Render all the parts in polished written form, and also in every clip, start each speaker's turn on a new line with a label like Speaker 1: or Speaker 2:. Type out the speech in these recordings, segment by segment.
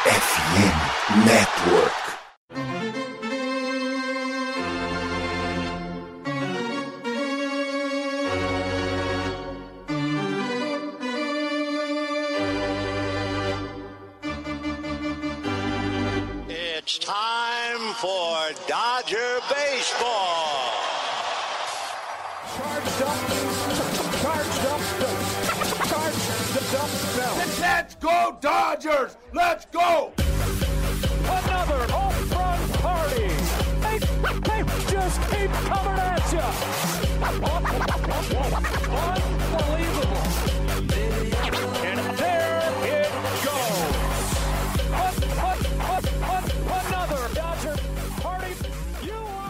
Speaker 1: FM Network.
Speaker 2: It's time for Dodger baseball.
Speaker 3: Charged up. Let's go, Dodgers! Let's go! Another home run party. They just keep coming at you. Unbelievable. And there it goes. Another Dodger party. You are.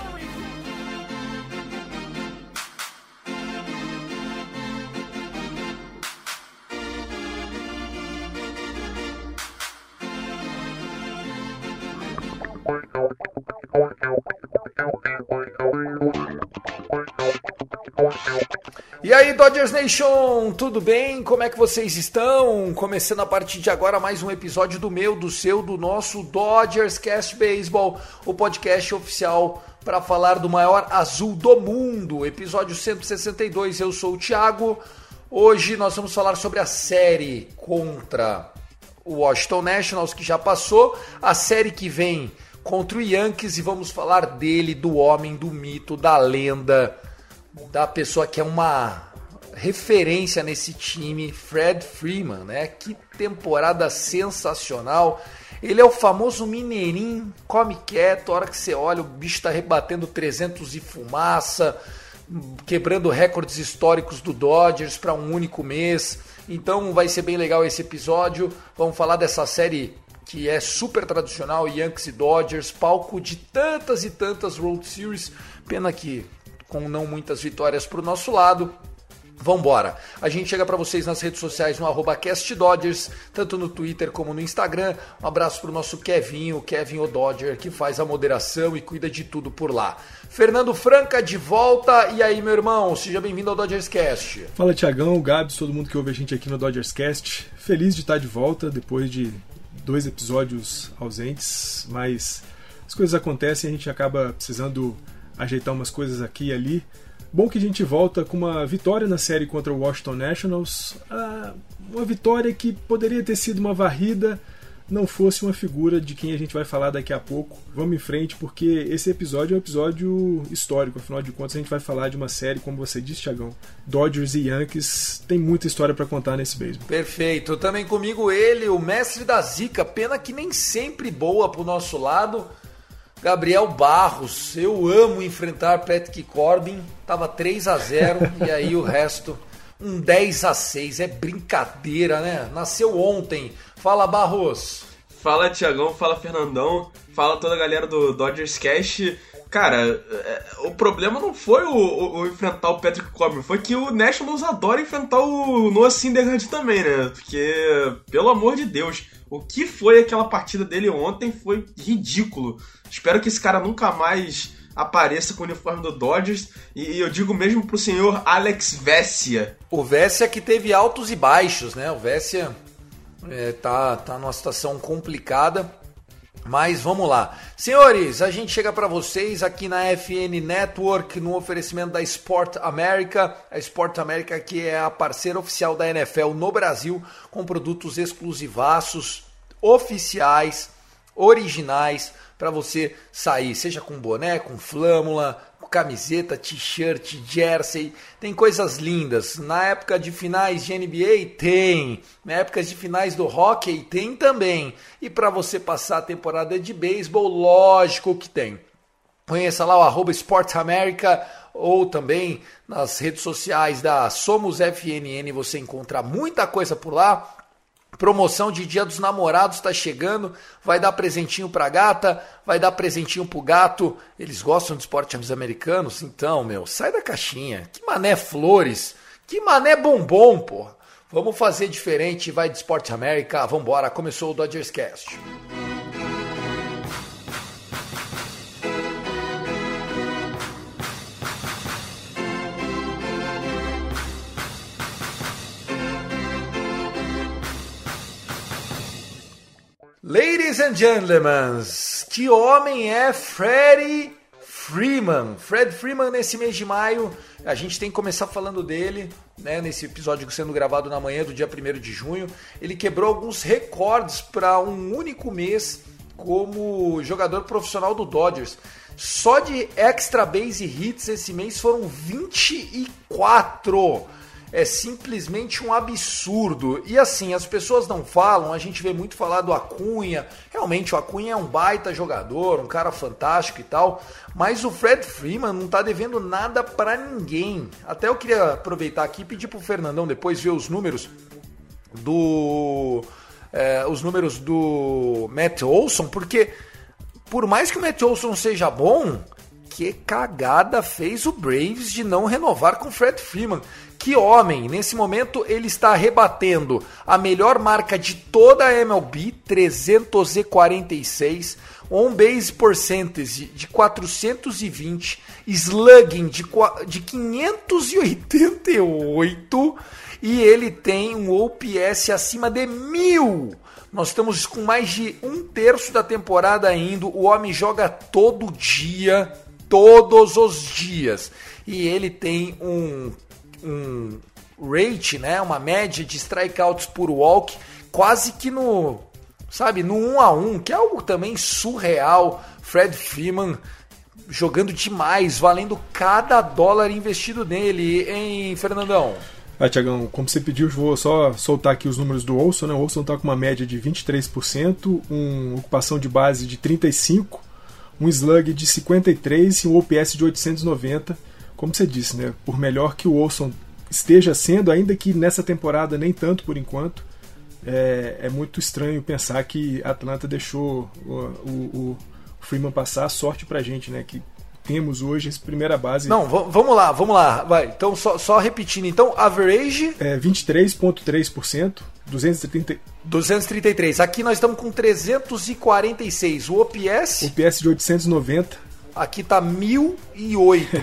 Speaker 4: E aí, Dodgers Nation, tudo bem? Como é que vocês estão? Começando a partir de agora mais um episódio do meu, do seu, do nosso Dodgers Cast Baseball, o podcast oficial para falar do maior azul do mundo, episódio 162. Eu sou o Thiago. Hoje nós vamos falar sobre a série contra o Washington Nationals, que já passou, a série que vem contra o Yankees, e vamos falar dele, do homem, do mito, da lenda, da pessoa que é uma referência nesse time, Fred Freeman, né? Que temporada sensacional. Ele é o famoso mineirinho, come quieto, a hora que você olha o bicho tá rebatendo 300 e fumaça, quebrando recordes históricos do Dodgers para um único mês. Então vai ser bem legal esse episódio. Vamos falar dessa série que é super tradicional, Yankees e Dodgers, palco de tantas e tantas World Series, pena que com não muitas vitórias para o nosso lado. Vambora! A gente chega para vocês nas redes sociais no @CastDodgers, tanto no Twitter como no Instagram. Um abraço para o nosso Kevin, o Kevin o Dodger, que faz a moderação e cuida de tudo por lá. Fernando Franca de volta. E aí, meu irmão? Seja bem-vindo ao Dodgers Cast.
Speaker 5: Fala, Thiagão, Gabs, todo mundo que ouve a gente aqui no Dodgers Cast. Feliz de estar de volta depois de 2 episódios ausentes, mas as coisas acontecem e a gente acaba precisando ajeitar umas coisas aqui e ali. Bom que a gente volta com uma vitória na série contra o Washington Nationals, uma vitória que poderia ter sido uma varrida, não fosse uma figura de quem a gente vai falar daqui a pouco. Vamos em frente, porque esse episódio é um episódio histórico, afinal de contas a gente vai falar de uma série, como você disse, Thiagão, Dodgers e Yankees, tem muita história para contar nesse beisebol.
Speaker 4: Perfeito, também comigo ele, o mestre da zica, pena que nem sempre boa pro nosso lado, Gabriel Barros. Eu amo enfrentar Patrick Corbin, tava 3-0 e aí o resto um 10-6, é brincadeira, né? Nasceu ontem. Fala, Barros.
Speaker 6: Fala, Thiagão, fala, Fernandão, fala toda a galera do Dodgers Cast. Cara, o problema não foi o enfrentar o Patrick Corbin, foi que o Nationals adora enfrentar o Noah Syndergaard também, né? Porque, pelo amor de Deus, o que foi aquela partida dele ontem foi ridículo. Espero que esse cara nunca mais apareça com o uniforme do Dodgers, e eu digo mesmo pro senhor Alex Vessia.
Speaker 4: O Vessia que teve altos e baixos, né? O Vessia tá numa situação complicada, mas vamos lá. Senhores, a gente chega para vocês aqui na FN Network no oferecimento da Sport America. A Sport America, que é a parceira oficial da NFL no Brasil, com produtos exclusivaços, oficiais, originais, para você sair, seja com boné, com flâmula, com camiseta, t-shirt, jersey, tem coisas lindas. Na época de finais de NBA tem, na época de finais do hockey tem também. E para você passar a temporada de beisebol, lógico que tem. Conheça lá o @SportsAmerica ou também nas redes sociais da Somos FNN, você encontra muita coisa por lá. Promoção de Dia dos Namorados está chegando, vai dar presentinho pra gata, vai dar presentinho pro gato. Eles gostam de esportes americanos? Então, sai da caixinha. Que mané flores, que mané bombom, pô. Vamos fazer diferente, vai de Sport America, vambora, começou o Dodgers Cast. Ladies and gentlemen, que homem é Freddie Freeman? Fred Freeman, nesse mês de maio, a gente tem que começar falando dele, né, nesse episódio sendo gravado na manhã do dia 1º de junho. Ele quebrou alguns recordes para um único mês como jogador profissional do Dodgers. Só de extra base hits esse mês foram 24. É simplesmente um absurdo. E assim, as pessoas não falam, a gente vê muito falar do Acunha. Realmente, o Acunha é um baita jogador, um cara fantástico e tal. Mas o Fred Freeman não tá devendo nada pra ninguém. Até eu queria aproveitar aqui e pedir pro Fernandão depois ver os números do Matt Olson, porque por mais que o Matt Olson seja bom, que cagada fez o Braves de não renovar com o Fred Freeman. Que homem! Nesse momento ele está rebatendo a melhor marca de toda a MLB, 346, on-base percentage de 420, slugging de 588 e ele tem um OPS acima de 1000. Nós estamos com mais de 1/3 da temporada indo. O homem joga todo dia, todos os dias. E ele tem um rate, né, uma média de strikeouts por walk quase que no 1-1, que é algo também surreal. Fred Freeman jogando demais, valendo cada dólar investido nele, hein, Fernandão?
Speaker 5: Tiagão, como você pediu, vou só soltar aqui os números do Olson, né? O Olson está com uma média de 23%, uma ocupação de base de 35%, um slug de 53% e um OPS de 890. Como você disse, né? Por melhor que o Olson esteja sendo, ainda que nessa temporada nem tanto por enquanto, é muito estranho pensar que Atlanta deixou o Freeman passar. Sorte pra gente, né? Que temos hoje essa primeira base.
Speaker 4: Não, vamos lá, vai. Então, só repetindo, então, average...
Speaker 5: 23,3%,
Speaker 4: 233. Aqui nós estamos com 346. O OPS?
Speaker 5: OPS de 890.
Speaker 4: Aqui tá 1008.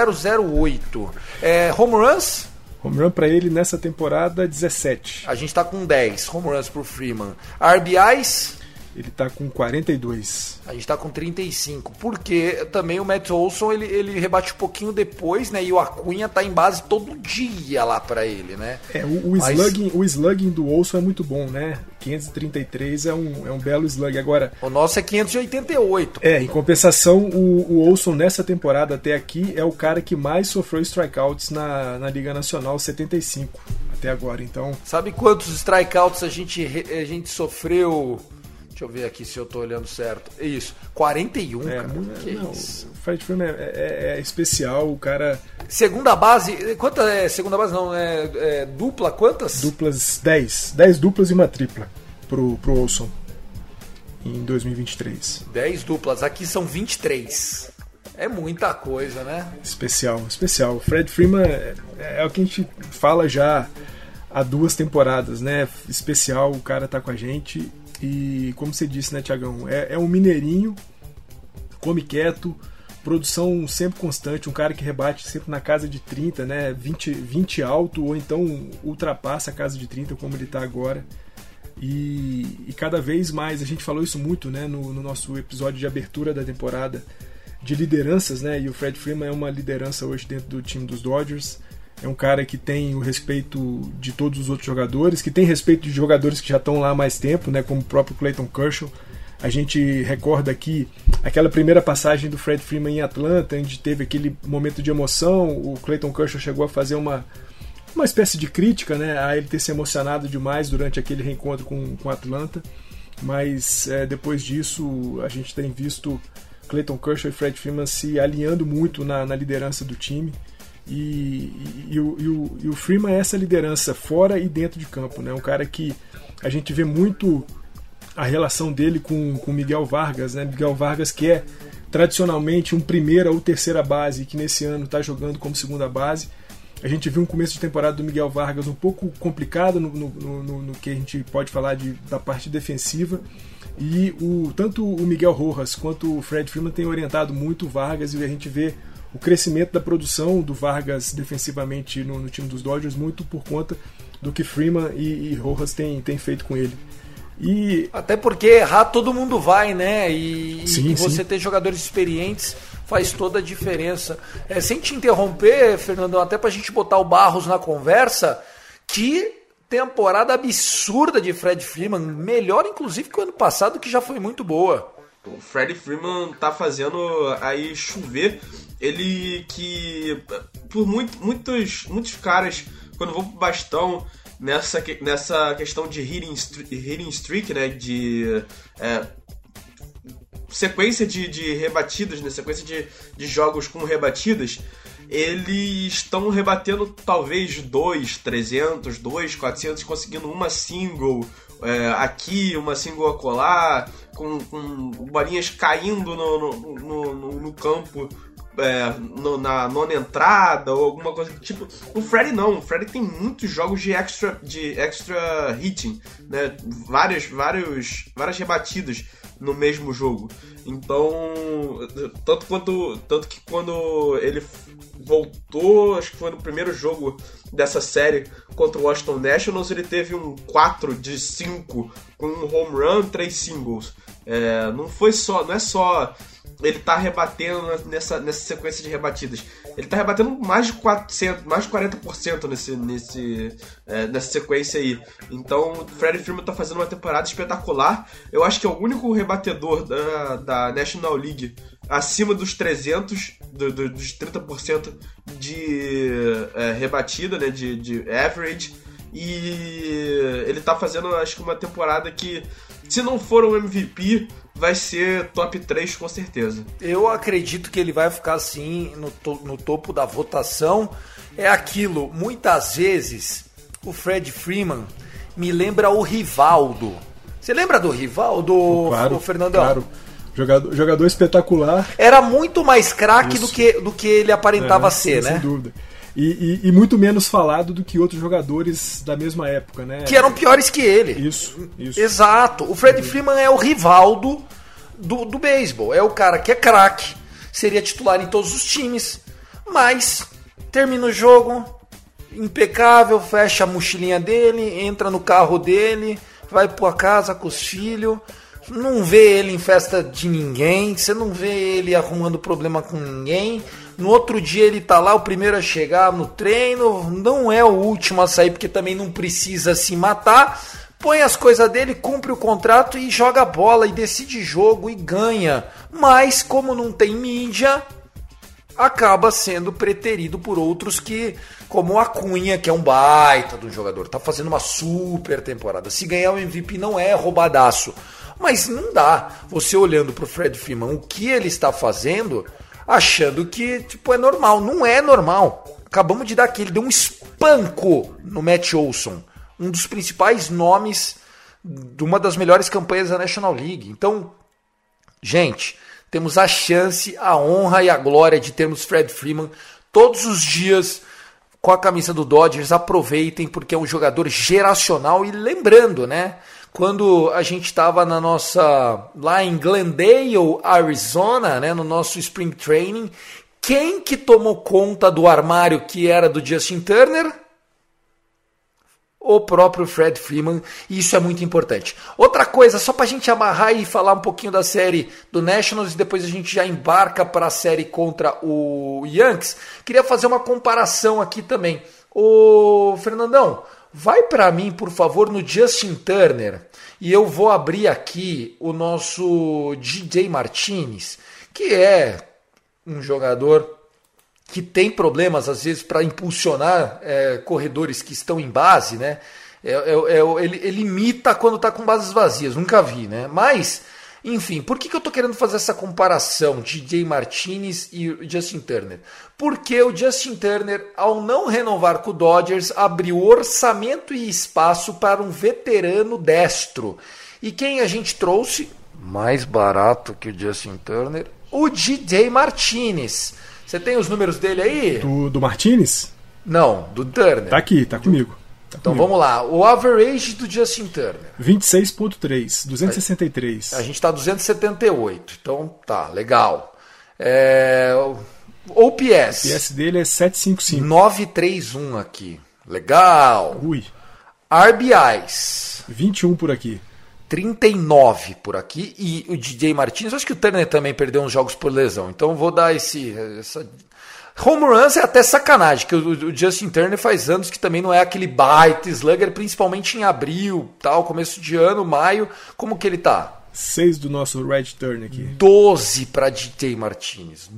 Speaker 4: Home runs?
Speaker 5: Home run pra ele nessa temporada, 17.
Speaker 4: A gente tá com 10 home runs pro Freeman. RBIs?
Speaker 5: Ele tá com 42.
Speaker 4: A gente tá com 35. Porque também o Matt Olson ele rebate um pouquinho depois, né? E o Acunha tá em base todo dia lá pra ele, né?
Speaker 5: O slugging do Olson é muito bom, né? 533 é um belo slug. Agora,
Speaker 4: o nosso é 588.
Speaker 5: Em compensação, o Olson nessa temporada até aqui é o cara que mais sofreu strikeouts na Liga Nacional, 75 até agora. Então,
Speaker 4: sabe quantos strikeouts a gente sofreu? Deixa eu ver aqui se eu tô olhando certo. Isso, 41, cara. Isso?
Speaker 5: O Fred Freeman é especial, o cara...
Speaker 4: Segunda base, quanta é segunda base? Não, dupla, quantas?
Speaker 5: Duplas, 10. 10 duplas e uma tripla pro Olson em 2023.
Speaker 4: 10 duplas, aqui são 23. É muita coisa, né?
Speaker 5: Especial. O Fred Freeman é o que a gente fala já há 2 temporadas, né? Especial, o cara tá com a gente. E como você disse, né, Tiagão, é um mineirinho, come quieto, produção sempre constante, um cara que rebate sempre na casa de 30, né, 20 alto, ou então ultrapassa a casa de 30, como ele está agora. E cada vez mais, a gente falou isso muito, né, no nosso episódio de abertura da temporada, de lideranças, né, e o Fred Freeman é uma liderança hoje dentro do time dos Dodgers. É um cara que tem o respeito de todos os outros jogadores, que tem respeito de jogadores que já estão lá há mais tempo, né, como o próprio Clayton Kershaw. A gente recorda aqui aquela primeira passagem do Fred Freeman em Atlanta, onde teve aquele momento de emoção. O Clayton Kershaw chegou a fazer uma espécie de crítica, né, a ele ter se emocionado demais durante aquele reencontro com Atlanta. Mas depois disso, a gente tem visto Clayton Kershaw e Fred Freeman se alinhando muito na liderança do time. E o Freeman é essa liderança fora e dentro de campo, né? Um cara que a gente vê muito a relação dele com o Miguel Vargas, né? Miguel Vargas, que é tradicionalmente um primeira ou terceira base, que nesse ano está jogando como segunda base. A gente viu um começo de temporada do Miguel Vargas um pouco complicado no que a gente pode falar da parte defensiva. E tanto o Miguel Rojas quanto o Fred Freeman têm orientado muito o Vargas, e a gente vê o crescimento da produção do Vargas defensivamente no time dos Dodgers muito por conta do que Freeman e Rojas têm feito com ele. E
Speaker 4: até porque errar todo mundo vai, né?
Speaker 5: Sim,
Speaker 4: e você ter jogadores experientes faz toda a diferença. Sem te interromper, Fernandão, até pra gente botar o Barros na conversa, que temporada absurda de Fred Freeman, melhor inclusive que o ano passado, que já foi muito boa.
Speaker 6: O Freddie Freeman tá fazendo aí chover. Ele que, por muitos caras, quando vão pro bastão, nessa questão de hitting streak, né, de sequência de rebatidas, né, sequência de jogos com rebatidas, eles estão rebatendo talvez 200, 400, conseguindo uma single aqui, uma single acolá, com bolinhas caindo no campo na nona entrada ou alguma coisa do tipo. O Freddy não, o Freddy tem muitos jogos de extra hitting, né? Várias rebatidas no mesmo jogo. Então, tanto que quando ele voltou, acho que foi no primeiro jogo dessa série contra o Washington Nationals, ele teve um 4 de 5 com um home run, 3 singles. Não é só ele tá rebatendo nessa sequência de rebatidas. Ele tá rebatendo mais de 40% nessa sequência aí. Então, o Freddie Freeman tá fazendo uma temporada espetacular. Eu acho que é o único rebatedor da National League acima dos 300, dos 30% de rebatida, né, de average. E ele tá fazendo, acho que uma temporada que, se não for um MVP, vai ser top 3 com certeza.
Speaker 4: Eu acredito que ele vai ficar assim no topo da votação. É aquilo, muitas vezes o Fred Freeman me lembra o Rivaldo. Você lembra do Rivaldo,
Speaker 5: claro,
Speaker 4: Fernandão?
Speaker 5: Claro. Jogador espetacular.
Speaker 4: Era muito mais craque do que ele aparentava ser, né?
Speaker 5: Sem dúvida. E muito menos falado do que outros jogadores da mesma época, né?
Speaker 4: Que eram piores que ele.
Speaker 5: Isso.
Speaker 4: Exato. O Fred Freeman é o Rivaldo do beisebol. É o cara que é craque, seria titular em todos os times, mas termina o jogo impecável, fecha a mochilinha dele, entra no carro dele, vai pra casa com os filhos, não vê ele em festa de ninguém, você não vê ele arrumando problema com ninguém. No outro dia ele tá lá, o primeiro a chegar no treino, não é o último a sair, porque também não precisa se matar, põe as coisas dele, cumpre o contrato e joga a bola e decide jogo e ganha. Mas como não tem mídia, acaba sendo preterido por outros que, como o Acunha, que é um baita do jogador, tá fazendo uma super temporada. Se ganhar o MVP não é roubadaço, mas não dá. Você olhando pro Fred Freeman, o que ele está fazendo, achando que é normal. Não é normal. Acabamos de dar aqui, ele deu um espanco no Matt Olson, um dos principais nomes de uma das melhores campanhas da National League. Então, gente, temos a chance, a honra e a glória de termos Fred Freeman todos os dias com a camisa do Dodgers. Aproveitem, porque é um jogador geracional. E lembrando, né, quando a gente estava lá em Glendale, Arizona, né, no nosso Spring Training, quem que tomou conta do armário que era do Justin Turner? O próprio Fred Freeman, e isso é muito importante. Outra coisa, só pra gente amarrar e falar um pouquinho da série do Nationals, e depois a gente já embarca para a série contra o Yankees, queria fazer uma comparação aqui também. Ô Fernandão, vai para mim, por favor, no Justin Turner, e eu vou abrir aqui o nosso DJ Martinez, que é um jogador que tem problemas, às vezes, para impulsionar corredores que estão em base, né? Ele imita quando está com bases vazias, nunca vi, né? Mas, enfim, por que eu estou querendo fazer essa comparação de DJ Martinez e o Justin Turner? Porque o Justin Turner, ao não renovar com o Dodgers, abriu orçamento e espaço para um veterano destro. E quem a gente trouxe, mais barato que o Justin Turner, o DJ Martinez. Você tem os números dele aí?
Speaker 5: Do Martinez?
Speaker 4: Não, do Turner.
Speaker 5: Tá aqui, tá comigo.
Speaker 4: Então vamos lá. O average do Justin Turner:
Speaker 5: 26.3, 263.
Speaker 4: A gente tá 278. Então tá, legal. OPS.
Speaker 5: O OPS dele é 755.
Speaker 4: 931 aqui. Legal.
Speaker 5: Ui.
Speaker 4: RBIs.
Speaker 5: 21 por aqui.
Speaker 4: 39 por aqui. E o DJ Martinez, acho que o Turner também perdeu uns jogos por lesão. Então vou dar essa... Home runs é até sacanagem, que o Justin Turner faz anos que também não é aquele baita slugger, principalmente em abril, tal, começo de ano, maio. Como que ele tá?
Speaker 5: 6 do nosso Red Turner aqui.
Speaker 4: 12 para DJ Martinez.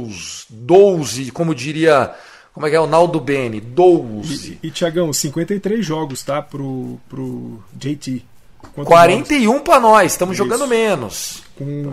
Speaker 4: 12, como diria... Como é que é o Naldo Bene? 12.
Speaker 5: E Thiagão, 53 jogos, tá? Pro JT.
Speaker 4: 41 para nós, estamos jogando menos.
Speaker 5: Com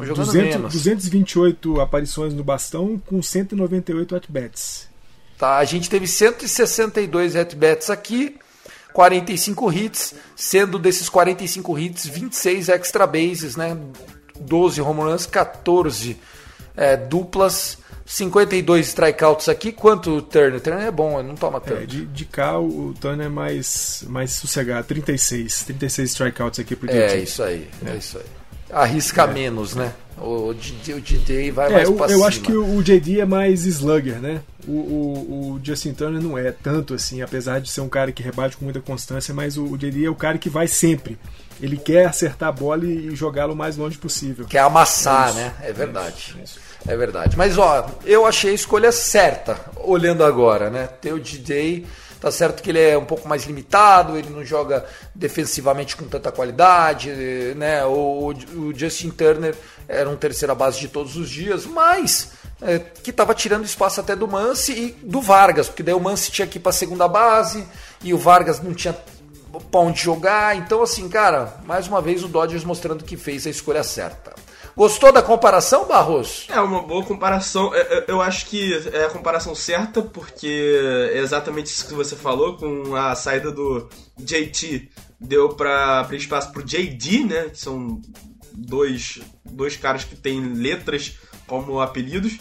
Speaker 5: 228 aparições no bastão, com 198 at-bats.
Speaker 4: Tá, a gente teve 162 at-bats aqui, 45 hits, sendo desses 45 hits, 26 extra bases, né? 12 home runs, 14 duplas, 52 strikeouts aqui. Quanto o Turner? O Turner é bom, ele não toma tanto.
Speaker 5: De cá o Turner é mais sossegado, 36 strikeouts aqui pro JT.
Speaker 4: É isso aí. Arrisca menos, né? O DJ vai mais pra cima.
Speaker 5: Eu acho que o JD é mais slugger, né? O Justin Turner não é tanto assim, apesar de ser um cara que rebate com muita constância, mas o JD é o cara que vai sempre. Ele quer acertar a bola e jogá-la o mais longe possível.
Speaker 4: Quer amassar, né? É verdade. É verdade. Mas, eu achei a escolha certa, olhando agora, né? Ter o DJ... Tá certo que ele é um pouco mais limitado, ele não joga defensivamente com tanta qualidade, né? O Justin Turner era um terceira base de todos os dias, mas que estava tirando espaço até do Muncy e do Vargas, porque daí o Muncy tinha que ir para a segunda base e o Vargas não tinha para onde jogar. Então, assim, cara, mais uma vez o Dodgers mostrando que fez a escolha certa. Gostou da comparação, Barros?
Speaker 6: É uma boa comparação. Eu acho que é a comparação certa, porque é exatamente isso que você falou, com a saída do JT, deu pra abrir espaço pro JD, né? Que são dois caras que têm letras como apelidos.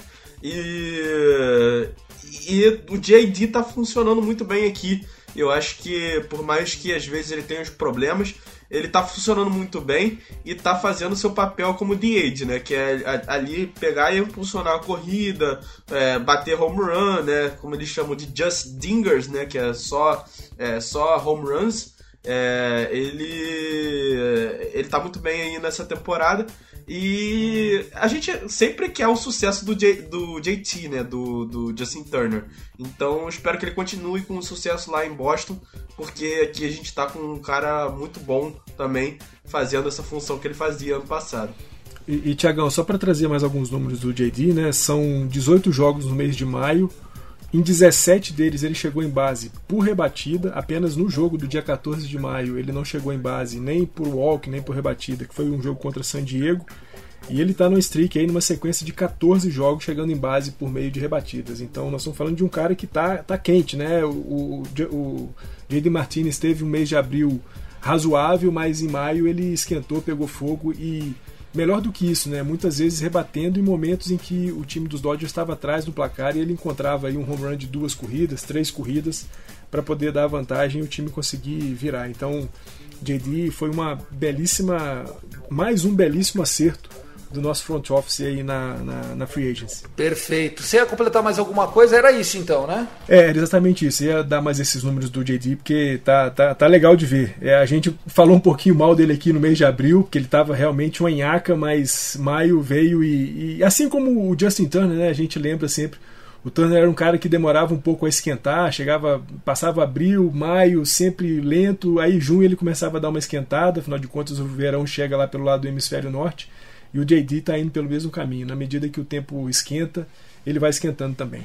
Speaker 6: E o JD tá funcionando muito bem aqui. Eu acho que, por mais que às vezes ele tenha uns problemas, ele tá funcionando muito bem e tá fazendo seu papel como DH, né? Que é ali pegar e impulsionar a corrida, bater home run, né? Como eles chamam de just dingers, né? Que é só home runs. Ele tá muito bem aí nessa temporada. E a gente sempre quer o sucesso do JT, né? Do Justin Turner. Então espero que ele continue com o sucesso lá em Boston, porque aqui a gente tá com um cara muito bom também fazendo essa função que ele fazia ano passado.
Speaker 5: E Thiagão, só para trazer mais alguns números do JD, né? São 18 jogos no mês de maio. Em 17 deles ele chegou em base por rebatida. Apenas no jogo do dia 14 de maio ele não chegou em base nem por walk, nem por rebatida, que foi um jogo contra San Diego. E ele está no streak aí numa sequência de 14 jogos chegando em base por meio de rebatidas. Então nós estamos falando de um cara que tá quente, né? O JD Martinez teve um mês de abril razoável, mas em maio ele esquentou, pegou fogo e... Melhor do que isso, né? Muitas vezes rebatendo em momentos em que o time dos Dodgers estava atrás no placar e ele encontrava aí um home run de 2 corridas, 3 corridas para poder dar vantagem e o time conseguir virar. Então, JD foi mais um belíssimo acerto do nosso front office aí na Free Agency.
Speaker 4: Perfeito. Você ia completar mais alguma coisa? Era isso então, né?
Speaker 5: Era exatamente isso. Ia dar mais esses números do JD, porque tá legal de ver. A gente falou um pouquinho mal dele aqui no mês de abril, que ele tava realmente uma nhaca, mas maio veio e assim como o Justin Turner, né? A gente lembra sempre, o Turner era um cara que demorava um pouco a esquentar, passava abril, maio, sempre lento, aí junho ele começava a dar uma esquentada, afinal de contas o verão chega lá pelo lado do hemisfério norte. E o JD está indo pelo mesmo caminho. Na medida que o tempo esquenta, ele vai esquentando também.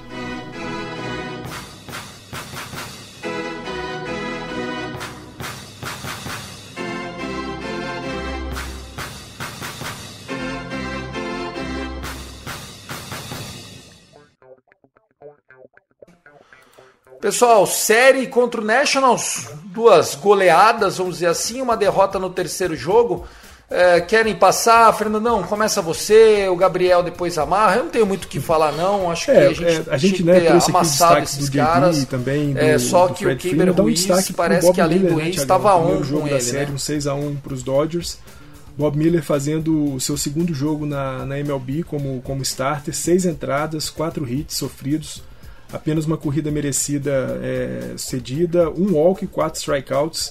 Speaker 4: Pessoal, série contra o Nationals, 2 goleadas, vamos dizer assim, uma derrota no terceiro jogo. Querem passar? Fernandão, começa você, o Gabriel depois amarra. Eu não tenho muito o que falar, não. Acho que
Speaker 5: a gente
Speaker 4: tinha que ter
Speaker 5: amassado esses caras. Também
Speaker 4: só que o Keibert Ruiz parece que além do ex estava on com ele,
Speaker 5: série, um 6-1 para os Dodgers. Bob Miller fazendo o seu segundo jogo na MLB como starter, 6 entradas, 4 hits sofridos, apenas uma corrida merecida cedida, 1 walk e 4 strikeouts.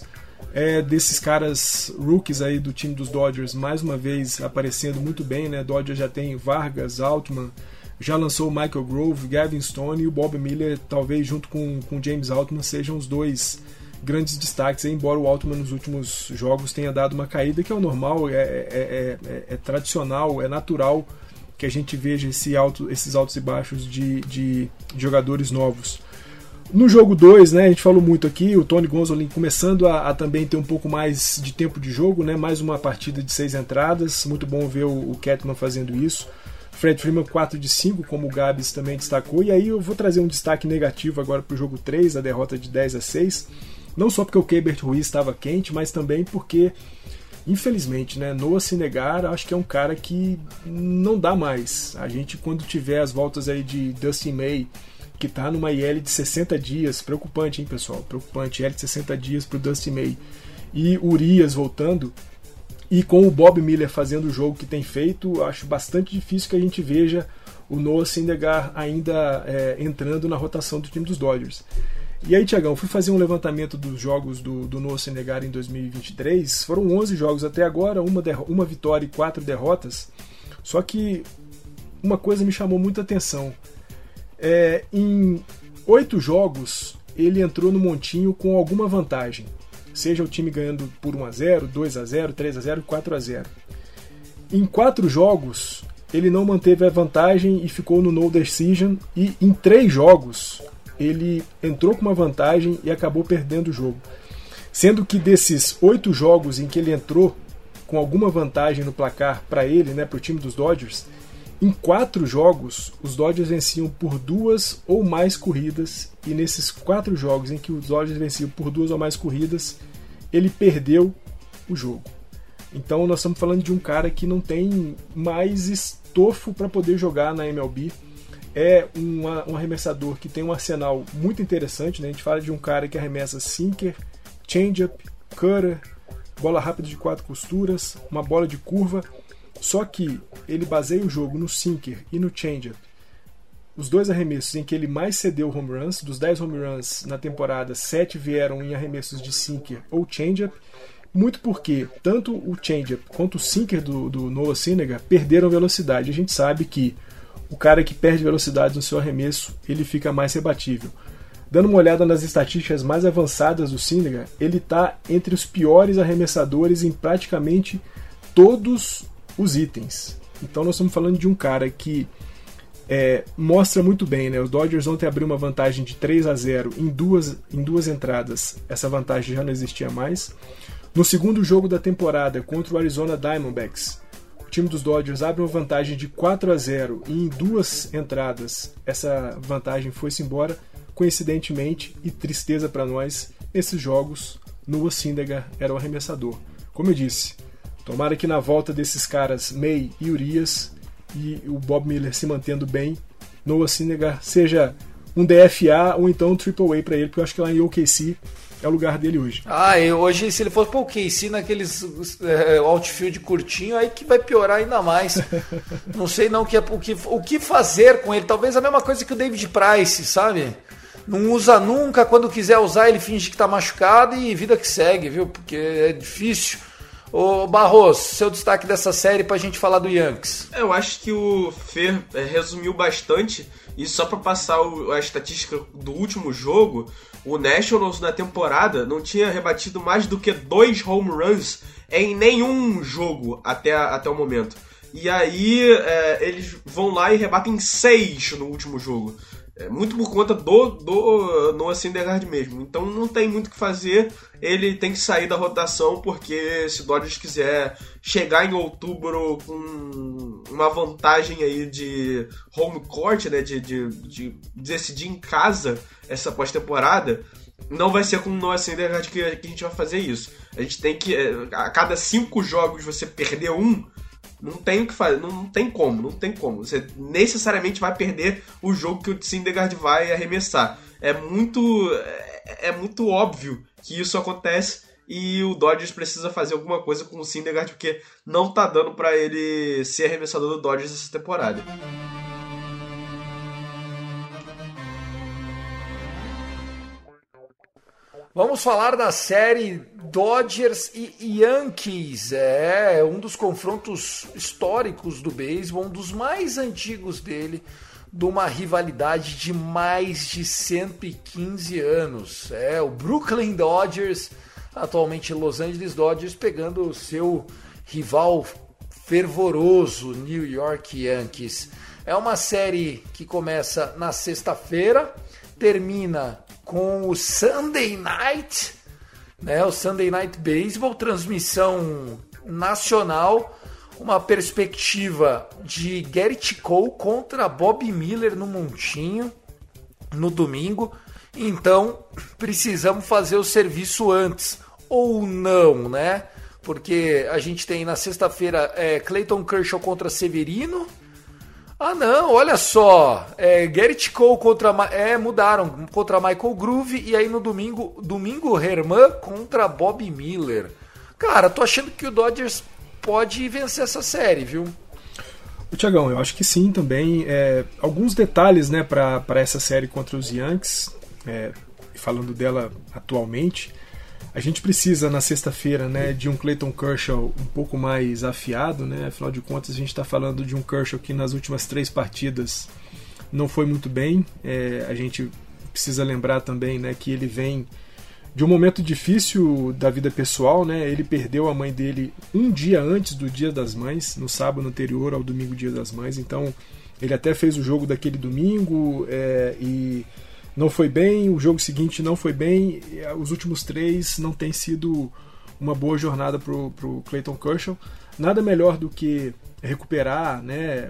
Speaker 5: desses caras rookies aí do time dos Dodgers, mais uma vez aparecendo muito bem, né? Dodgers já tem Vargas, Altman, já lançou o Michael Grove, Gavin Stone, e o Bob Miller, talvez junto com James Altman, sejam os dois grandes destaques, embora o Altman nos últimos jogos tenha dado uma caída, que é o normal, é tradicional, é natural que a gente veja esses altos e baixos de jogadores novos. No jogo 2, né, a gente falou muito aqui, o Tony Gonsolin começando a também ter um pouco mais de tempo de jogo, né, mais uma partida de 6 entradas, muito bom ver o Kettmann fazendo isso. Fred Freeman 4 de 5, como o Gabs também destacou, e aí eu vou trazer um destaque negativo agora para o jogo 3, a derrota de 10-6, não só porque o Keibert Ruiz estava quente, mas também porque, infelizmente, né, Noah Syndergaard acho que é um cara que não dá mais. A gente, quando tiver as voltas aí de Dustin May, que está numa IL de 60 dias, preocupante, hein, pessoal? Preocupante, IL de 60 dias para o Dustin May, e Urias voltando, e com o Bob Miller fazendo o jogo que tem feito, acho bastante difícil que a gente veja o Noah Syndergaard ainda entrando na rotação do time dos Dodgers. E aí, Tiagão, fui fazer um levantamento dos jogos do Noah Syndergaard em 2023, foram 11 jogos até agora, uma vitória e 4 derrotas, só que uma coisa me chamou muita atenção. Em 8 jogos ele entrou no montinho com alguma vantagem, seja o time ganhando por 1-0, 2-0, 3-0 e 4-0. Em 4 jogos ele não manteve a vantagem e ficou no no decision, e em 3 jogos ele entrou com uma vantagem e acabou perdendo o jogo, sendo que desses 8 jogos em que ele entrou com alguma vantagem no placar para ele, né, para o time dos Dodgers, em 4 jogos, os Dodgers venciam por 2 ou mais corridas, e nesses 4 jogos em que os Dodgers venciam por 2 ou mais corridas, ele perdeu o jogo. Então nós estamos falando de um cara que não tem mais estofo para poder jogar na MLB. É um arremessador que tem um arsenal muito interessante, né? A gente fala de um cara que arremessa sinker, changeup, cutter, bola rápida de 4 costuras, uma bola de curva. Só que ele baseia o jogo no sinker e no changeup. Os 2 arremessos em que ele mais cedeu home runs, dos 10 home runs na temporada, 7 vieram em arremessos de sinker ou changeup, muito porque tanto o changeup quanto o sinker do Noah Syndergaard perderam velocidade. A gente sabe que o cara que perde velocidade no seu arremesso, ele fica mais rebatível. Dando uma olhada nas estatísticas mais avançadas do Syndergaard, ele está entre os piores arremessadores em praticamente todos os itens. Então nós estamos falando de um cara que mostra muito bem, né? Os Dodgers ontem abriu uma vantagem de 3-0 em duas entradas. Essa vantagem já não existia mais. No segundo jogo da temporada contra o Arizona Diamondbacks, o time dos Dodgers abre uma vantagem de 4-0 e em 2 entradas essa vantagem foi-se embora. Coincidentemente, e tristeza para nós, nesses jogos Noah Syndergaard era o arremessador. Como eu disse, tomara que na volta desses caras, May e Urias, e o Bob Miller se mantendo bem, Noah Syndergaard seja um DFA ou então um AAA para ele, porque eu acho que lá em OKC é o lugar dele hoje.
Speaker 4: E hoje, se ele fosse para o OKC naqueles outfield curtinho, aí que vai piorar ainda mais. Não sei não o que fazer com ele. Talvez a mesma coisa que o David Price, sabe? Não usa nunca, quando quiser usar ele finge que está machucado e vida que segue, viu? Porque é difícil. Ô Barros, seu destaque dessa série pra gente falar do Yankees.
Speaker 6: Eu acho que o Fer resumiu bastante, e só pra passar a estatística do último jogo, o Nationals na temporada não tinha rebatido mais do que 2 home runs em nenhum jogo até o momento. E aí eles vão lá e rebatem 6 no último jogo. Muito por conta do Noah Syndergaard mesmo. Então não tem muito o que fazer. Ele tem que sair da rotação, porque se o Dodgers quiser chegar em outubro com uma vantagem aí de home court, né, de decidir em casa essa pós-temporada, não vai ser com o Noah Syndergaard que a gente vai fazer isso. A gente tem que, a cada 5 jogos você perder um, não tem o que fazer, não tem como. Você necessariamente vai perder o jogo que o Syndergaard vai arremessar. É muito óbvio que isso acontece, e o Dodgers precisa fazer alguma coisa com o Syndergaard, porque não tá dando pra ele ser arremessador do Dodgers essa temporada.
Speaker 4: Vamos falar da série Dodgers e Yankees. É um dos confrontos históricos do beisebol, um dos mais antigos dele, de uma rivalidade de mais de 115 anos. O Brooklyn Dodgers, atualmente Los Angeles Dodgers, pegando o seu rival fervoroso New York Yankees. É uma série que começa na sexta-feira, termina com o Sunday Night, o Sunday Night Baseball, transmissão nacional, uma perspectiva de Gerrit Cole contra Bob Miller no Montinho, no domingo. Então, precisamos fazer o serviço antes, ou não, né? Porque a gente tem na sexta-feira Clayton Kershaw contra Severino. Ah não, olha só, Gerrit Cole mudaram contra Michael Groove, e aí no domingo Herman contra Bob Miller. Cara, tô achando que o Dodgers pode vencer essa série, viu?
Speaker 5: Tiagão, eu acho que sim também. Alguns detalhes, né, para essa série contra os Yankees, falando dela atualmente, a gente precisa na sexta-feira, né, de um Clayton Kershaw um pouco mais afiado, né? Afinal de contas a gente está falando de um Kershaw que nas últimas 3 partidas não foi muito bem. A gente precisa lembrar também, né, que ele vem de um momento difícil da vida pessoal, né? Ele perdeu a mãe dele um dia antes do Dia das Mães, no sábado anterior ao domingo Dia das Mães. Então ele até fez o jogo daquele domingo e não foi bem, o jogo seguinte não foi bem, os últimos 3 não tem sido uma boa jornada pro Clayton Kershaw. Nada melhor do que recuperar, né,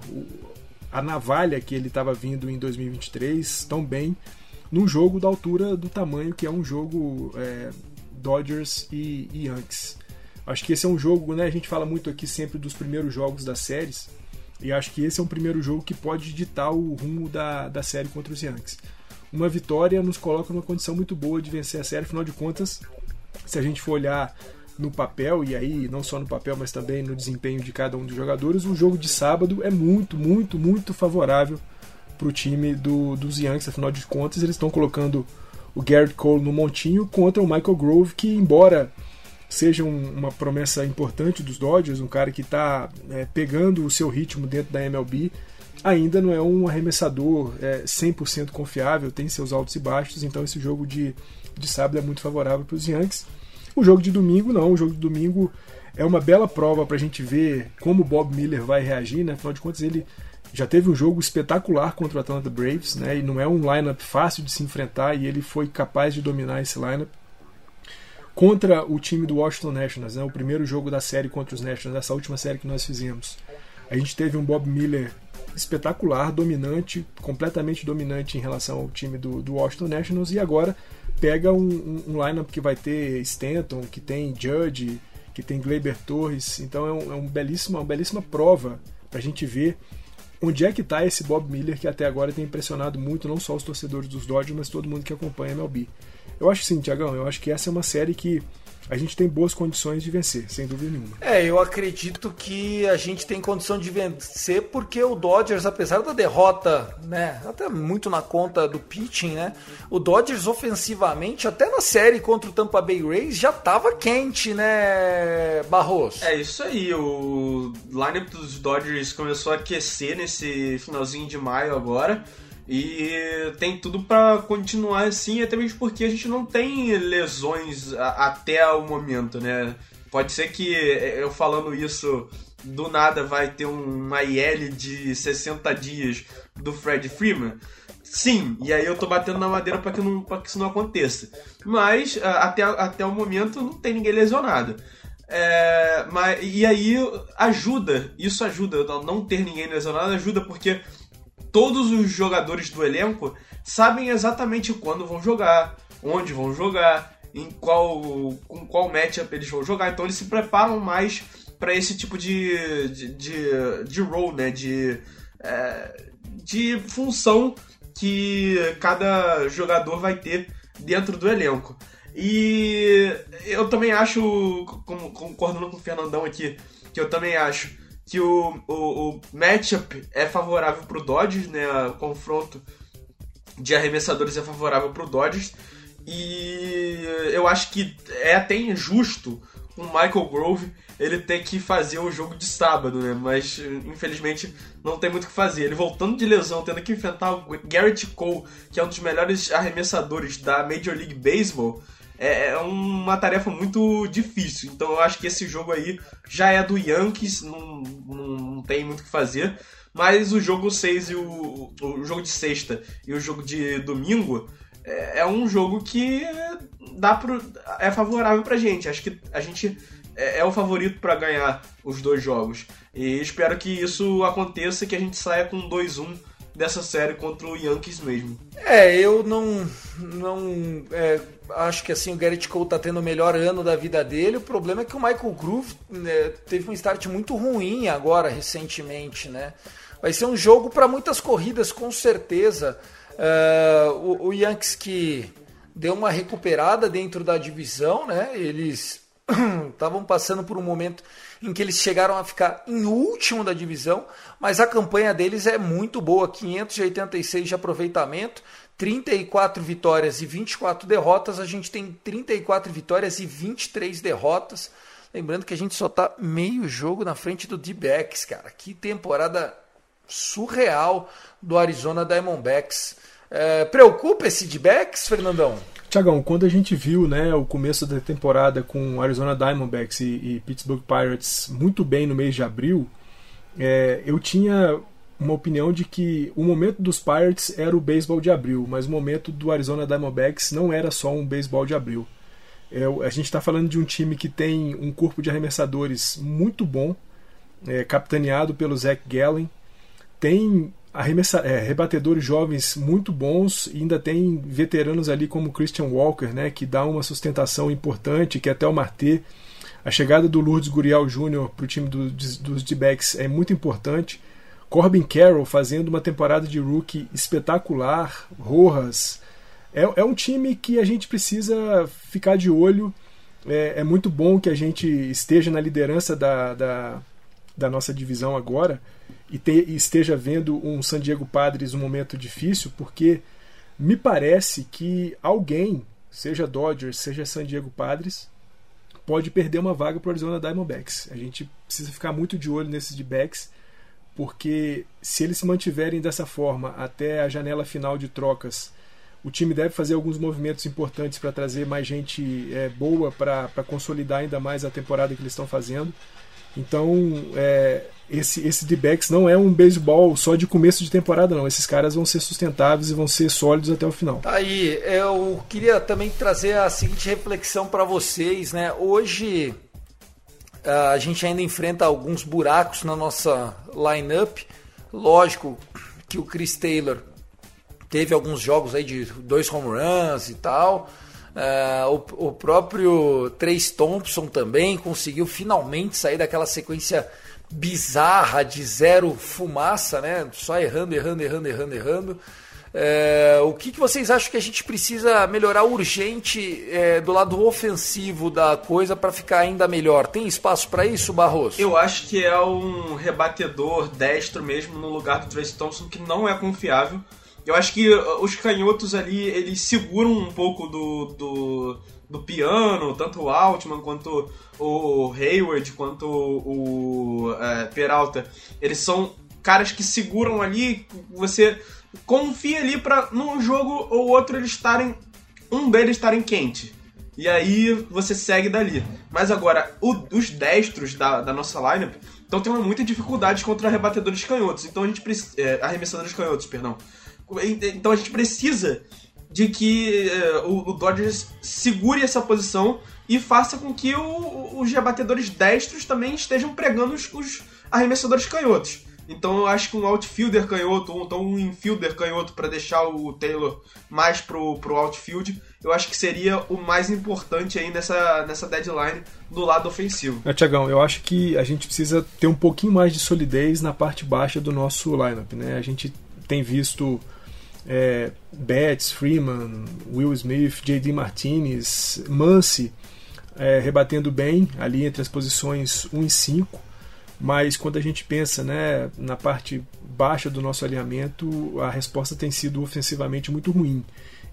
Speaker 5: a navalha que ele estava vindo em 2023 tão bem, num jogo da altura do tamanho que é um jogo Dodgers e Yankees. Acho que esse é um jogo, né, a gente fala muito aqui sempre dos primeiros jogos das séries, e acho que esse é um primeiro jogo que pode ditar o rumo da série contra os Yankees. Uma vitória nos coloca numa condição muito boa de vencer a série. Afinal de contas, se a gente for olhar no papel, e aí não só no papel, mas também no desempenho de cada um dos jogadores, o jogo de sábado é muito, muito, muito favorável para o time dos Yankees. Afinal de contas, eles estão colocando o Gerrit Cole no montinho contra o Michael Grove, que embora seja uma promessa importante dos Dodgers, um cara que está pegando o seu ritmo dentro da MLB, ainda não é um arremessador 100% confiável, tem seus altos e baixos. Então esse jogo de sábado é muito favorável para os Yankees. O jogo de domingo não, o jogo de domingo é uma bela prova para a gente ver como o Bob Miller vai reagir, né? Afinal de contas ele já teve um jogo espetacular contra o Atlanta Braves, né? E não é um lineup fácil de se enfrentar, e ele foi capaz de dominar esse lineup. Contra o time do Washington Nationals, né? O primeiro jogo da série contra os Nationals, essa última série que nós fizemos, a gente teve um Bob Miller espetacular, dominante, completamente dominante em relação ao time do Washington Nationals, e agora pega um lineup que vai ter Stanton, que tem Judge, que tem Gleyber Torres. Então uma belíssima prova para a gente ver onde é que está esse Bob Miller, que até agora tem impressionado muito não só os torcedores dos Dodgers, mas todo mundo que acompanha a MLB. Eu acho sim, Tiagão, eu acho que essa é uma série que a gente tem boas condições de vencer, sem dúvida nenhuma.
Speaker 4: Eu acredito que a gente tem condição de vencer porque o Dodgers, apesar da derrota, né, até muito na conta do pitching, né, o Dodgers ofensivamente, até na série contra o Tampa Bay Rays, já estava quente, né, Barros?
Speaker 6: É isso aí, o lineup dos Dodgers começou a aquecer nesse finalzinho de maio agora, e tem tudo para continuar assim, até mesmo porque a gente não tem lesões até o momento, né? Pode ser que eu falando isso do nada vai ter uma IL de 60 dias do Freddie Freeman. Sim, e aí eu tô batendo na madeira para que isso não aconteça. Mas até o momento não tem ninguém lesionado. E aí isso ajuda, não ter ninguém lesionado ajuda porque todos os jogadores do elenco sabem exatamente quando vão jogar, onde vão jogar, com qual matchup eles vão jogar. Então eles se preparam mais para esse tipo de role, né? De função que cada jogador vai ter dentro do elenco. E eu também acho, concordando com o Fernandão aqui, que eu também acho que o matchup é favorável pro Dodgers, né? O confronto de arremessadores é favorável pro Dodgers. e eu acho que é até injusto o Michael Grove ele ter que fazer o jogo de sábado, né? Mas infelizmente não tem muito o que fazer. Ele voltando de lesão, tendo que enfrentar o Garrett Cole, que é um dos melhores arremessadores da Major League Baseball, é uma tarefa muito difícil. Então eu acho que esse jogo aí já é do Yankees, não tem muito o que fazer. Mas o jogo 6 e o jogo de sexta e o jogo de domingo é um jogo que é favorável pra gente. Acho que a gente é o favorito para ganhar os dois jogos. E espero que isso aconteça e que a gente saia com 2-1 dessa série contra o Yankees mesmo.
Speaker 4: Eu não acho que assim o Garrett Cole tá tendo o melhor ano da vida dele. O problema é que o Michael Grove teve um start muito ruim agora, recentemente, né? Vai ser um jogo para muitas corridas, com certeza. O Yankees que deu uma recuperada dentro da divisão, né? Eles estavam passando por um momento em que eles chegaram a ficar em último da divisão, mas a campanha deles é muito boa, 586 de aproveitamento, 34 vitórias e 24 derrotas. A gente tem 34 vitórias e 23 derrotas. Lembrando que a gente só tá meio jogo na frente do D-backs, cara. Que temporada surreal do Arizona Diamondbacks. Preocupa esse D-backs, Fernandão?
Speaker 5: Tiagão, quando a gente viu, né, o começo da temporada com Arizona Diamondbacks e Pittsburgh Pirates muito bem no mês de abril, eu tinha uma opinião de que o momento dos Pirates era o beisebol de abril, mas o momento do Arizona Diamondbacks não era só um beisebol de abril. A gente está falando de um time que tem um corpo de arremessadores muito bom, capitaneado pelo Zach Gallen, tem rebatedores jovens muito bons e ainda tem veteranos ali como Christian Walker, né, que dá uma sustentação importante, que até o Marte. A chegada do Lourdes Gurriel Jr. para o time dos D-backs é muito importante. Corbin Carroll fazendo uma temporada de rookie espetacular. Rojas. É um time que a gente precisa ficar de olho. É muito bom que a gente esteja na liderança da nossa divisão agora e esteja vendo um San Diego Padres um momento difícil, porque me parece que alguém, seja Dodgers, seja San Diego Padres, pode perder uma vaga para o Arizona Diamondbacks. A gente precisa ficar muito de olho nesses D-backs, porque se eles se mantiverem dessa forma até a janela final de trocas, o time deve fazer alguns movimentos importantes para trazer mais gente boa para consolidar ainda mais a temporada que eles estão fazendo. Então, esse D-backs não é um beisebol só de começo de temporada, não. Esses caras vão ser sustentáveis e vão ser sólidos até o final.
Speaker 4: Tá aí, eu queria também trazer a seguinte reflexão para vocês, né? Hoje a gente ainda enfrenta alguns buracos na nossa lineup. Lógico que o Chris Taylor teve alguns jogos aí de 2 home runs e tal. O próprio Trayce Thompson também conseguiu finalmente sair daquela sequência bizarra de zero fumaça, né? Só errando. O que vocês acham que a gente precisa melhorar urgente do lado ofensivo da coisa para ficar ainda melhor? Tem espaço para isso, Barroso?
Speaker 6: Eu acho que é um rebatedor destro mesmo no lugar do Trayce Thompson, que não é confiável. Eu acho que os canhotos ali, eles seguram um pouco do piano, tanto o Altman quanto o Hayward, quanto o Peralta. Eles são caras que seguram ali, você confia ali para num jogo ou outro um deles estarem quente. E aí você segue dali. Mas agora, os destros da nossa lineup estão tendo muita dificuldade contra rebatedores canhotos. Então a gente arremessadores canhotos, perdão. Então a gente precisa de que o Dodgers segure essa posição e faça com que os rebatedores destros também estejam pregando os arremessadores canhotos. Então eu acho que um outfielder canhoto, ou então um infielder canhoto para deixar o Taylor mais pro outfield, eu acho que seria o mais importante aí nessa deadline do lado ofensivo.
Speaker 5: Tiagão, eu acho que a gente precisa ter um pouquinho mais de solidez na parte baixa do nosso lineup, né? A gente tem visto Betts, Freeman, Will Smith, J.D. Martinez, Muncy rebatendo bem ali entre as posições 1 e 5, mas quando a gente pensa, né, na parte baixa do nosso alinhamento, a resposta tem sido ofensivamente muito ruim.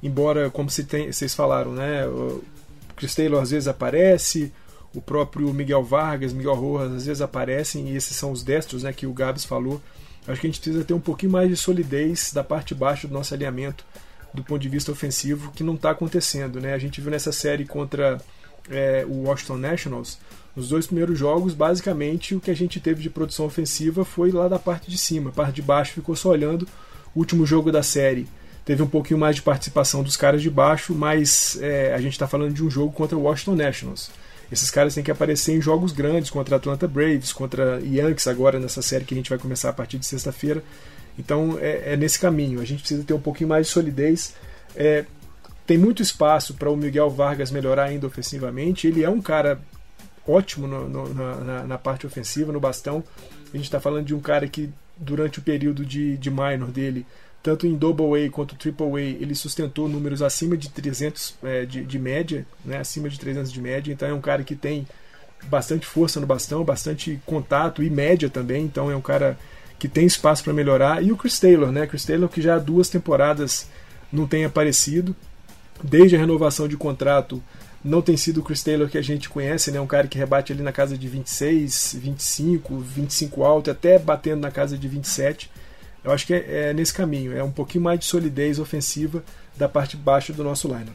Speaker 5: embora, como vocês falaram, né, o Chris Taylor às vezes aparece, o próprio Miguel Vargas, Miguel Rojas às vezes aparecem, e esses são os destros, né, que o Gabs falou. Acho que a gente precisa ter um pouquinho mais de solidez da parte de baixo do nosso alinhamento do ponto de vista ofensivo, que não está acontecendo, né? A gente viu nessa série contra o Washington Nationals, nos 2 primeiros jogos, basicamente o que a gente teve de produção ofensiva foi lá da parte de cima, a parte de baixo ficou só olhando. O último jogo da série teve um pouquinho mais de participação dos caras de baixo, mas a gente está falando de um jogo contra o Washington Nationals. Esses caras têm que aparecer em jogos grandes, contra Atlanta Braves, contra Yankees agora nessa série que a gente vai começar a partir de sexta-feira. Então é nesse caminho, a gente precisa ter um pouquinho mais de solidez. Tem muito espaço para o Miguel Vargas melhorar ainda ofensivamente. Ele é um cara ótimo na parte ofensiva, no bastão. A gente está falando de um cara que durante o período de minor dele, tanto em Double A quanto Triple A, ele sustentou números acima de 300 de média, né, acima de 300 de média. Então é um cara que tem bastante força no bastão, bastante contato e média também. Então é um cara que tem espaço para melhorar. E o Chris Taylor, né? Chris Taylor, que já há 2 temporadas não tem aparecido. Desde a renovação de contrato, não tem sido o Chris Taylor que a gente conhece, né? Um cara que rebate ali na casa de 26, 25, 25 alto, até batendo na casa de 27. Eu acho que é nesse caminho, é um pouquinho mais de solidez ofensiva da parte de baixo do nosso lineup.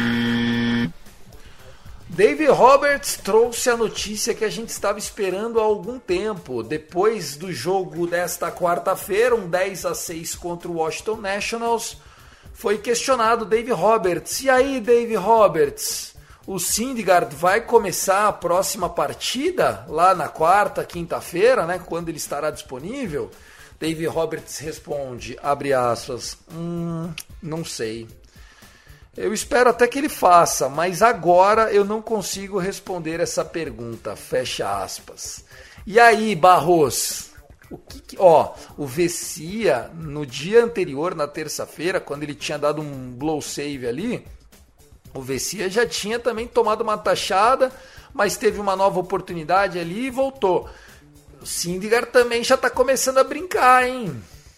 Speaker 4: Dave Roberts trouxe a notícia que a gente estava esperando há algum tempo. Depois do jogo desta quarta-feira, um 10-6 contra o Washington Nationals, foi questionado Dave Roberts. E aí, Dave Roberts, o Syndergaard vai começar a próxima partida lá na quarta, quinta-feira, né, quando ele estará disponível? Dave Roberts responde, abre aspas, não sei. Eu espero até que ele faça, mas agora eu não consigo responder essa pergunta, fecha aspas. E aí, Barros, o Vesia, no dia anterior, na terça-feira, quando ele tinha dado um blow save ali, o Vesia já tinha também tomado uma taxada, mas teve uma nova oportunidade ali e voltou. O Syndergaard também já está começando a brincar, hein?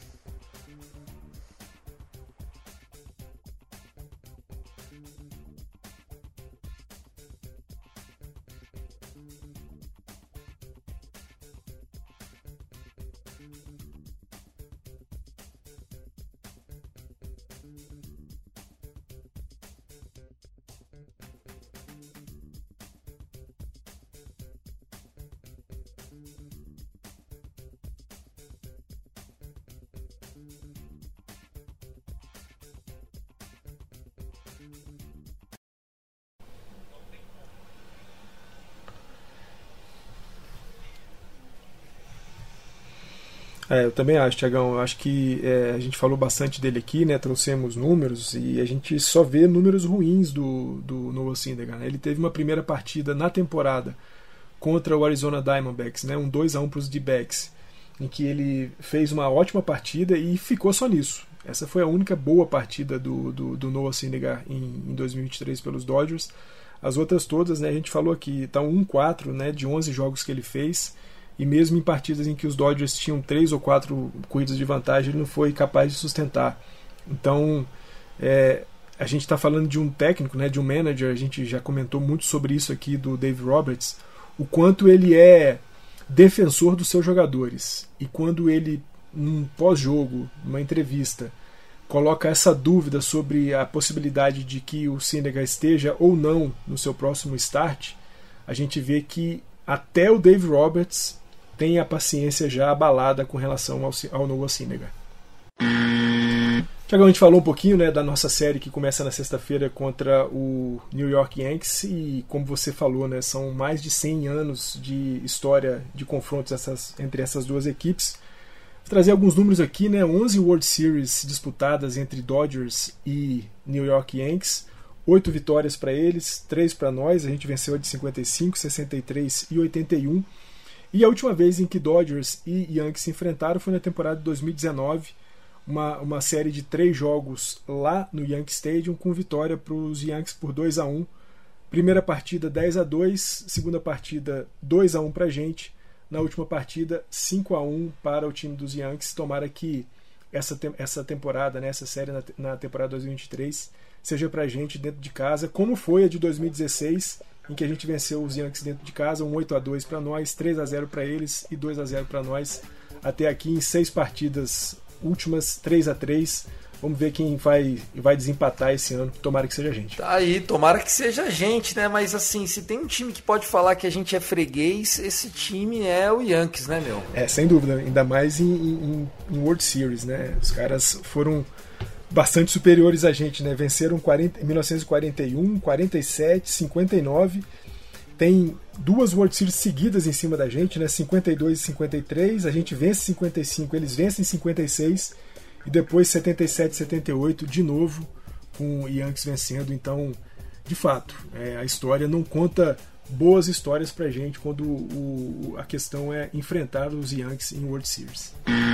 Speaker 5: Eu também acho, Thiagão. Eu acho que a gente falou bastante dele aqui, né? Trouxemos números e a gente só vê números ruins do Noah Syndergaard, né? Ele teve uma primeira partida na temporada contra o Arizona Diamondbacks, né? Um 2-1 para os D-backs, em que ele fez uma ótima partida e ficou só nisso. Essa foi a única boa partida do Noah Syndergaard em 2023 pelos Dodgers. As outras todas, né? A gente falou aqui, está 1-4, né? De 11 jogos que ele fez. E mesmo em partidas em que os Dodgers tinham 3 ou 4 corridas de vantagem, ele não foi capaz de sustentar. Então, a gente está falando de um técnico, né, de um manager, a gente já comentou muito sobre isso aqui do Dave Roberts, o quanto ele é defensor dos seus jogadores. E quando ele, num pós-jogo, numa entrevista, coloca essa dúvida sobre a possibilidade de que o Syndergaard esteja ou não no seu próximo start, a gente vê que até o Dave Roberts tem a paciência já abalada com relação ao Noah Syndergaard. Tiagão, a gente falou um pouquinho, né, da nossa série que começa na sexta-feira contra o New York Yankees e, como você falou, né, são mais de 100 anos de história de confrontos entre essas duas equipes. Vou trazer alguns números aqui, né, 11 World Series disputadas entre Dodgers e New York Yankees, 8 vitórias para eles, 3 para nós, a gente venceu a de 55, 63 e 81. E a última vez em que Dodgers e Yankees se enfrentaram foi na temporada de 2019, uma série de 3 jogos lá no Yankee Stadium, com vitória para os Yankees por 2-1. Primeira partida 10-2, segunda partida 2-1 para a gente, na última partida 5-1 para o time dos Yankees. Tomara que essa temporada, né, essa série na temporada 2023 seja pra gente dentro de casa, como foi a de 2016, em que a gente venceu os Yankees dentro de casa, um 8-2 para nós, 3-0 para eles e 2-0 para nós. Até aqui em 6 partidas últimas, 3-3. Vamos ver quem vai desempatar esse ano. Tomara que seja a gente.
Speaker 4: Tá aí, tomara que seja a gente, né? Mas assim, se tem um time que pode falar que a gente é freguês, esse time é o Yankees, né, meu?
Speaker 5: Sem dúvida. Ainda mais em World Series, né? Os caras foram bastante superiores a gente, né? Venceram em 1941, 47, 59. Tem 2 World Series seguidas em cima da gente, né? 52 e 53. A gente vence 55, eles vencem 56. E depois 77 e 78, de novo, com o Yankees vencendo. Então, de fato, a história não conta boas histórias pra gente quando a questão é enfrentar os Yankees em World Series.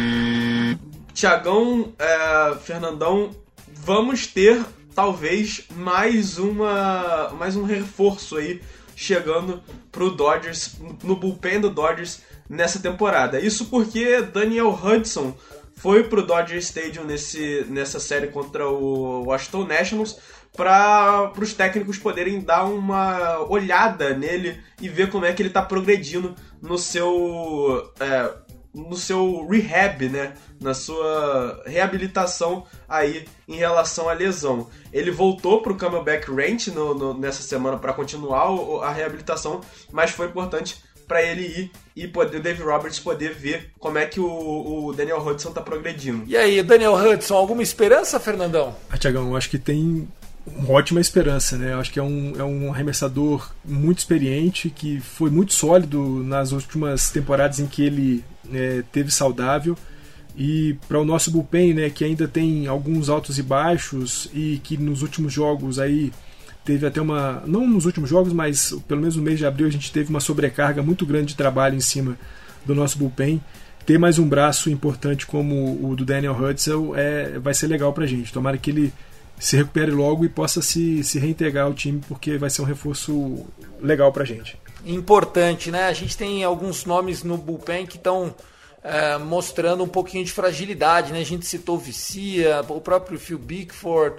Speaker 6: Thiagão, Fernandão, vamos ter talvez mais um reforço aí chegando pro Dodgers, no bullpen do Dodgers nessa temporada. Isso porque Daniel Hudson foi pro Dodger Stadium nessa série contra o Washington Nationals para os técnicos poderem dar uma olhada nele e ver como é que ele está progredindo no seu rehab, né? Na sua reabilitação aí em relação à lesão. Ele voltou pro Camelback Ranch nessa semana para continuar a reabilitação, mas foi importante para ele ir e o Dave Roberts poder ver como é que o Daniel Hudson está progredindo.
Speaker 4: E aí, Daniel Hudson, alguma esperança, Fernandão?
Speaker 5: Thiagão, eu acho que tem uma ótima esperança, né? Eu acho que é um arremessador muito experiente, que foi muito sólido nas últimas temporadas em que ele teve saudável. E para o nosso bullpen, né, que ainda tem alguns altos e baixos e que nos últimos jogos aí teve até não nos últimos jogos, mas pelo menos no mês de abril a gente teve uma sobrecarga muito grande de trabalho em cima do nosso bullpen. Ter mais um braço importante como o do Daniel Hudson vai ser legal pra gente. Tomara que ele se recupere logo e possa se reintegrar ao time, porque vai ser um reforço legal pra gente.
Speaker 4: Importante, né? A gente tem alguns nomes no bullpen que estão mostrando um pouquinho de fragilidade, né? A gente citou o Vicia, o próprio Phil Bickford,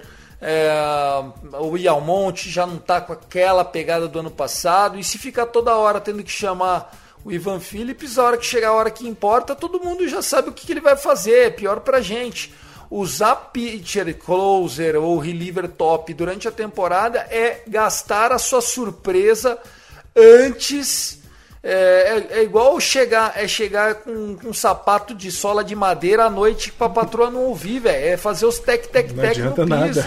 Speaker 4: o Almonte já não está com aquela pegada do ano passado, e se ficar toda hora tendo que chamar o Ivan Phillips, a hora que chegar a hora que importa, todo mundo já sabe o que ele vai fazer, é pior pra gente. Usar pitcher, closer ou reliever top durante a temporada é gastar a sua surpresa antes. É igual chegar com um sapato de sola de madeira à noite pra patroa não ouvir, velho. É fazer os tec-tec-tec no piso.
Speaker 5: Não adianta nada.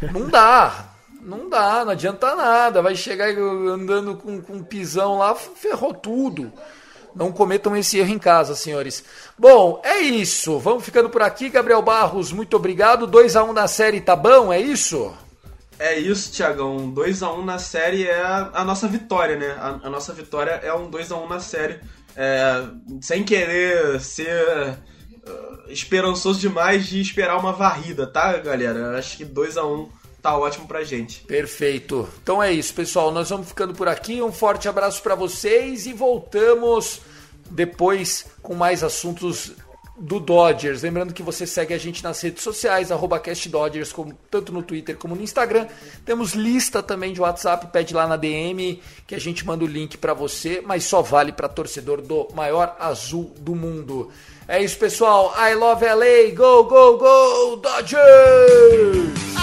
Speaker 4: Não adianta nada. Vai chegar andando com um pisão lá, ferrou tudo. Não cometam esse erro em casa, senhores. Bom, é isso. Vamos ficando por aqui. Gabriel Barros, muito obrigado. 2-1 na série, tá bom? É isso?
Speaker 6: É isso, Thiagão. 2-1 na série é a nossa vitória, né? A nossa vitória é um 2-1 na série. Sem querer ser esperançoso demais de esperar uma varrida, tá, galera? Acho que 2-1 tá ótimo pra gente.
Speaker 4: Perfeito. Então é isso, pessoal. Nós vamos ficando por aqui. Um forte abraço pra vocês e voltamos depois com mais assuntos do Dodgers. Lembrando que você segue a gente nas redes sociais, @CastDodgers, tanto no Twitter como no Instagram. Temos lista também de WhatsApp, pede lá na DM que a gente manda o link para você, mas só vale para torcedor do maior azul do mundo. É isso, pessoal. I love LA. Go, go, go, Dodgers!